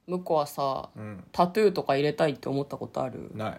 向こうはさ、 うん、 タトゥーとか入れたいって思ったことある？ ない。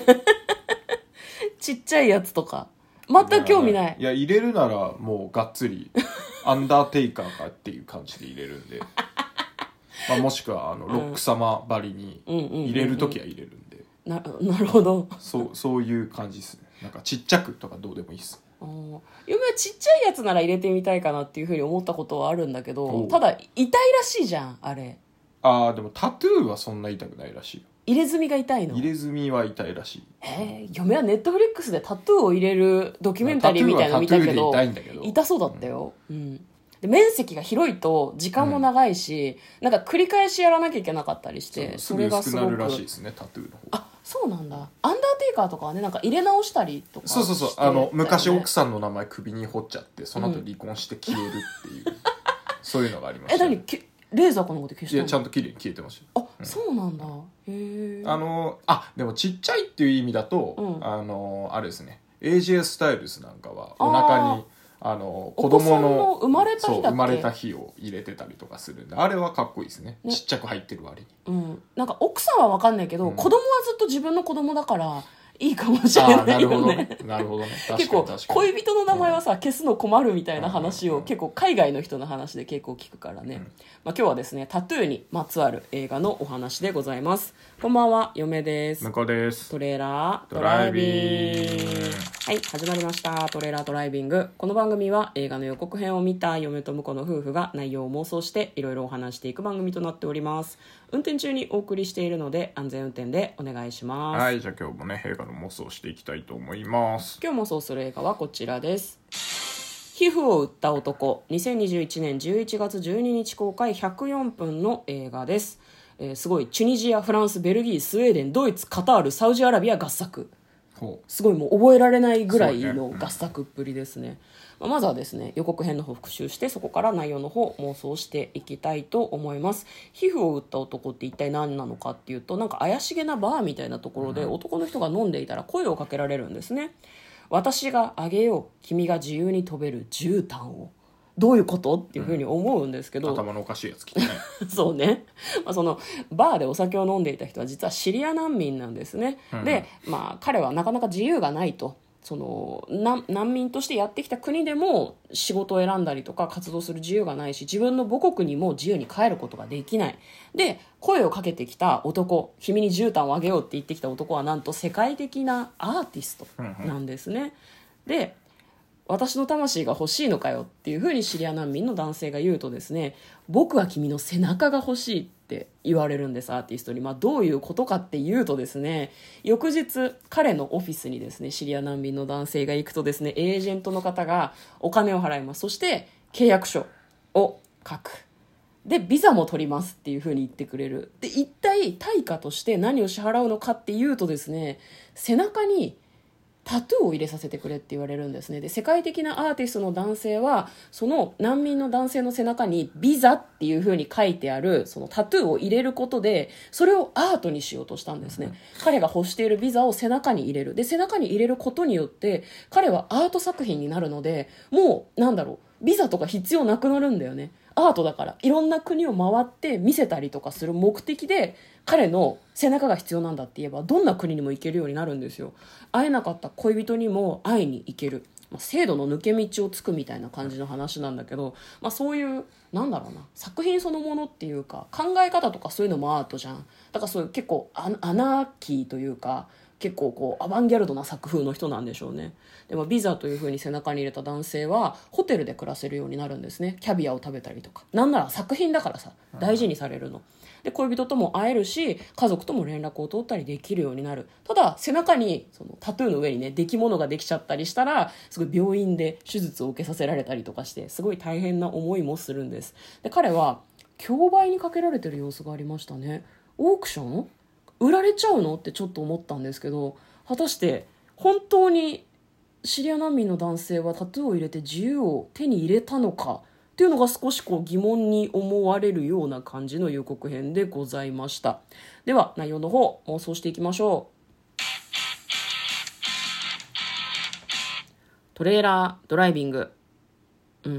ちっちゃいやつとか全く興味ない。 いや入れるならもうがっつりアンダーテイカーかっていう感じで入れるんでまあもしくはロック様ばりに入れるときは入れるんで、 なるほど。 そういう感じですね。なんかちっちゃくとかどうでもいいっす。 嫁はちっちゃいやつなら入れてみたいかなっていうふうに思ったことはあるんだけど、ただ痛いらしいじゃんあれ。 でもタトゥーはそんな痛くないらしいよ。 入れ墨が痛いの？ 入れ墨は痛いらしい。 嫁はネットフリックスでタトゥーを入れるドキュメンタリーみたいなの見たけど、 タトゥーはタトゥーで痛いんだけど痛そうだったよ、で面積が広いと時間も長いし、なんか繰り返しやらなきゃいけなかったりして、 すぐ薄くなるらしいですね、タトゥーの方。 そうなんだ。アンダーテイカーとかはね、なんか入れ直したりとかそうして、ね、 昔奥さんの名前首に彫っちゃってその後離婚して消えるっていう、そういうのがありました、 何レーザーかなんかで消したの？ いやちゃんと綺麗に消えてましたよ。 そうなんだ。へえ。 でもちっちゃいっていう意味だと、あれですね、 AJ スタイルズなんかはお腹に子供の生まれた日だっけ？ 生まれた日を入れてたりとかするんで、あれはかっこいいですね、ちっちゃく入ってる割に。 なんか奥さんは分かんないけど、子供はずっと自分の子供だからいいかもしれないよね。 なるほどね。 結構恋人の名前はさ、消すの困るみたいな話を結構海外の人の話で結構聞くからね。今日はですね、タトゥーにまつわる映画のお話でございます。こんばんは、嫁です。 向こうです。 トレーラードライビング。はい、始まりました。トレーラードライビング。この番組は映画の予告編を見た嫁と婿の夫婦が内容を妄想していろいろお話していく番組となっております。運転中にお送りしているので安全運転でお願いします。 はい、じゃあ今日もね映画の妄想していきたいと思います。 今日妄想する映画はこちらです。皮膚を売った男、2021年11月12日公開、104分の映画です。すごいチュニジア、フランス、ベルギー、スウェーデン、ドイツ、カタール、サウジアラビア合作。すごいもう覚えられないぐらいの合作っぷりですね。まずはですね、予告編の方復習して、そこから内容の方妄想していきたいと思います。皮膚を売った男って一体何なのかっていうと、なんか怪しげなバーみたいなところで男の人が飲んでいたら声をかけられるんですね。私があげよう、君が自由に飛べる絨毯を。どういうことっていうふうに思うんですけど、 頭のおかしいやつ来てねそうね、そのバーでお酒を飲んでいた人は実はシリア難民なんですね、で、彼はなかなか自由がないと。難民としてやってきた国でも仕事を選んだりとか活動する自由がないし、自分の母国にも自由に帰ることができない。で、声をかけてきた男、君に絨毯をあげようって言ってきた男はなんと世界的なアーティストなんですね。で、私の魂が欲しいのかよっていうふうにシリア難民の男性が言うとですね、僕は君の背中が欲しいって言われるんです、アーティストに。どういうことかっていうとですね、翌日彼のオフィスにですね、シリア難民の男性が行くとですね、エージェントの方がお金を払います。そして契約書を書く。でビザも取りますっていうふうに言ってくれる。で一体対価として何を支払うのかっていうとですね、背中にタトゥーを入れさせてくれって言われるんですね。で世界的なアーティストの男性はその難民の男性の背中にビザっていう風に書いてあるそのタトゥーを入れることでそれをアートにしようとしたんですね。彼が欲しているビザを背中に入れる。で背中に入れることによって彼はアート作品になるので、もうビザとか必要なくなるんだよね。アートだからいろんな国を回って見せたりとかする目的で彼の背中が必要なんだって言えばどんな国にも行けるようになるんですよ。会えなかった恋人にも会いに行ける、制度の抜け道をつくみたいな感じの話なんだけど、そういう作品そのものっていうか考え方とかそういうのもアートじゃん。だからそういう結構アナーキーというか結構こうアバンギャルドな作風の人なんでしょうね。でもビザという風に背中に入れた男性はホテルで暮らせるようになるんですね。キャビアを食べたりとか、なんなら作品だからさ大事にされるので、恋人とも会えるし家族とも連絡を取ったりできるようになる。ただ背中にそのタトゥーの上にね出来物ができちゃったりしたらすごい病院で手術を受けさせられたりとかしてすごい大変な思いもするんです。で彼は競売にかけられてる様子がありましたね。オークション売られちゃうのってちょっと思ったんですけど、果たして本当にシリア難民の男性はタトゥーを入れて自由を手に入れたのかっていうのが少しこう疑問に思われるような感じの予告編でございました。では内容の方妄想していきましょう。トレーラードライビング。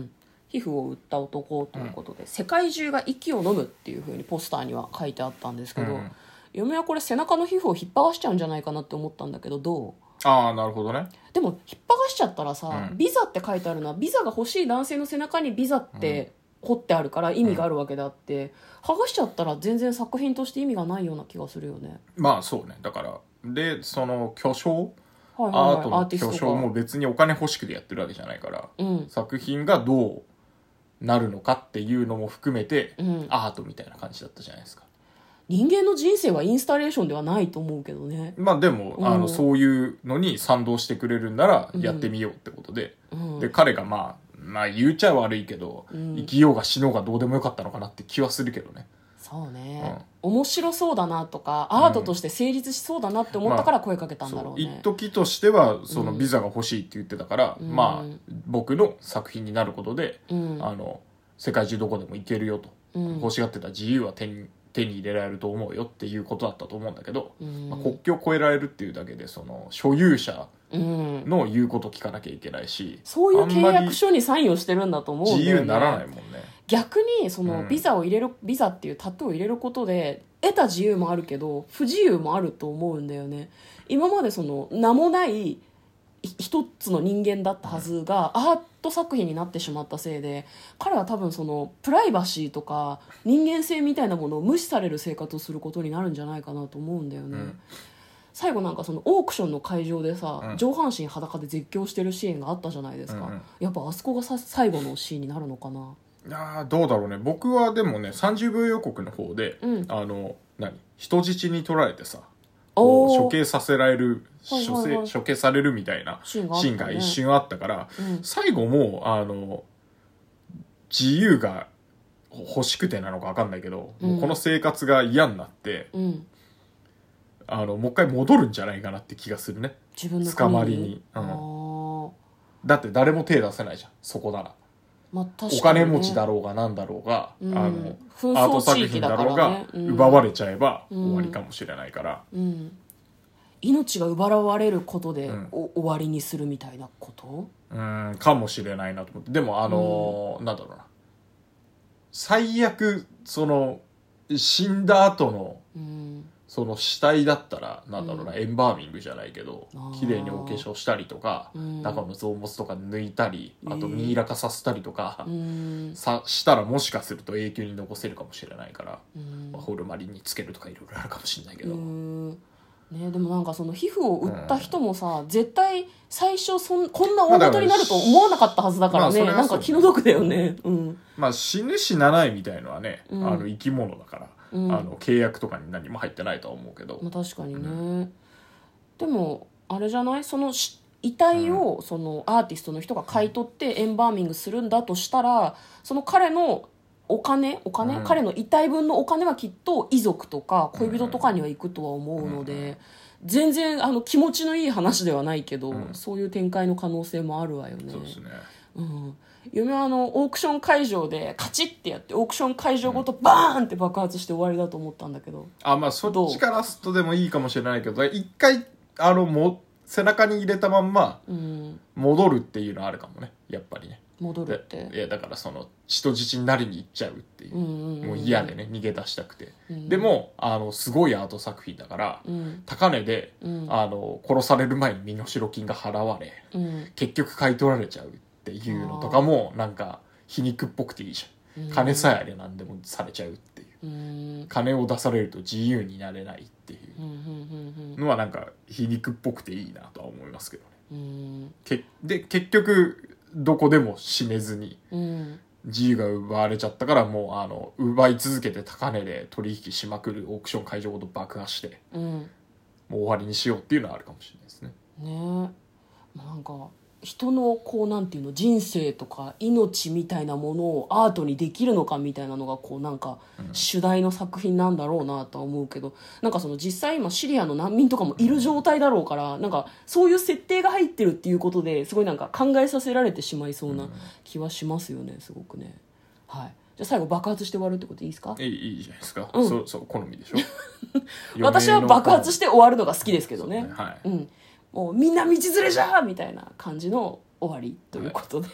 皮膚を売った男ということで、世界中が息を飲むっていう風にポスターには書いてあったんですけど、嫁はこれ背中の皮膚を引っ張がしちゃうんじゃないかなって思ったんだけど、どう？ ああ、なるほどね。 でも引っ張がしちゃったらさ、ビザって書いてあるのはビザが欲しい男性の背中にビザって彫ってあるから意味があるわけであって、剥がしちゃったら全然作品として意味がないような気がするよね。 まあそうね。だからでその巨匠、 はいはいはい、 アートの巨匠も別にお金欲しくてやってるわけじゃないから、作品がどうなるのかっていうのも含めて、アートみたいな感じだったじゃないですか。 人間の人生はインスタレーションではないと思うけどね。 まあでも、そういうのに賛同してくれるんならやってみようってことで、で彼がまあ言っちゃ悪いけど、生きようが死のうがどうでもよかったのかなって気はするけどね。 そうね、面白そうだなとかアートとして成立しそうだなって思ったから声かけたんだろうね。 一時としてはそのビザが欲しいって言ってたから、まあ僕の作品になることで、世界中どこでも行けるよと、欲しがってた自由は手に入れられると思うよっていうことだったと思うんだけど、国境を越えられるっていうだけでその所有者の言うこと聞かなきゃいけないし、 そういう契約書にサインをしてるんだと思うんだよね。 自由にならないもんね。 逆にそのビザを入れる、ビザっていうタトゥーを入れることで得た自由もあるけど不自由もあると思うんだよね。今までその名もない一つの人間だったはずがアート作品になってしまったせいで、彼は多分そのプライバシーとか人間性みたいなものを無視される生活をすることになるんじゃないかなと思うんだよね。最後なんかそのオークションの会場でさ、上半身裸で絶叫してるシーンがあったじゃないですか。やっぱあそこが最後のシーンになるのかな。 いやどうだろうね。僕はでもね30秒予告の方で、人質に取られてさ処刑させられる、処刑されるみたいなシーンが一瞬あったから、最後も自由が欲しくてなのか分かんないけど、もうこの生活が嫌になって、もう一回戻るんじゃないかなって気がするね。 自分の捕まりに、だって誰も手出せないじゃんそこなら。 まあ確かにね、 お金持ちだろうがなんだろうが、アート作品だろうが紛争地域だからね、 奪われちゃえば終わりかもしれないから、 命が奪われることで、終わりにするみたいなこと？ かもしれないなと思って。でもなんだろうな、最悪その死んだ後の、その死体だったらなんだろうな、エンバーミングじゃないけど綺麗にお化粧したりとか、中の臓物とか抜いたり、あとミイラ化させたりとか、したらもしかすると永久に残せるかもしれないから、ホルマリンにつけるとかいろいろあるかもしれないけど、 ね、でもなんかその皮膚を売った人もさ、絶対最初こんな大事になると思わなかったはずだからね、なんか気の毒だよね。 まあ死ぬ死なないみたいのはね、生き物だから、契約とかに何も入ってないとは思うけど、 確かにね、でもあれじゃない、その遺体をそのアーティストの人が買い取ってエンバーミングするんだとしたら、その彼のお金、彼の遺体分のお金はきっと遺族とか恋人とかには行くとは思うので、全然気持ちのいい話ではないけど、そういう展開の可能性もあるわよね。 そうですね。 嫁はオークション会場でカチッてやってオークション会場ごとバーンって爆発して終わりだと思ったんだけど、 まあそっちからラストでもいいかもしれないけど、一回背中に入れたまんま戻るっていうのはあるかもね、やっぱりね。 戻るって、 いやだからその人質になりに行っちゃうっていう、もう嫌でね逃げ出したくて、でもすごいアート作品だから、高値で、殺される前に身代金が払われ、結局買い取られちゃうっていうのとかもなんか皮肉っぽくていいじゃん。金さえあれ何でもされちゃうっていう、金を出されると自由になれないっていうのはなんか皮肉っぽくていいなとは思いますけどね。で結局どこでも死ねずに、自由が奪われちゃったから、もう奪い続けて高値で取引しまくるオークション会場ごと爆破して、もう終わりにしようっていうのはあるかもしれないですね。 なんか人のこうなんていうの、人生とか命みたいなものをアートにできるのかみたいなのがこうなんか主題の作品なんだろうなとは思うけど、なんかその実際今シリアの難民とかもいる状態だろうから、なんかそういう設定が入ってるっていうことですごいなんか考えさせられてしまいそうな気はしますよね、すごくね。はい。じゃあ最後爆発して終わるってことでいいですか？ いいじゃないですか。そう好みでしょ。 私は爆発して終わるのが好きですけどね。 はい。 もうみんな道連れじゃーみたいな感じの終わりということで、はい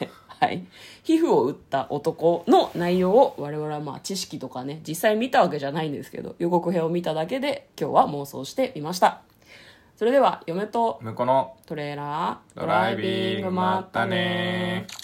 はい、皮膚を打った男の内容を我々はまあ知識とかね実際見たわけじゃないんですけど、予告編を見ただけで今日は妄想してみました。それでは嫁と向こうのトレーラードドライビング、まったねー。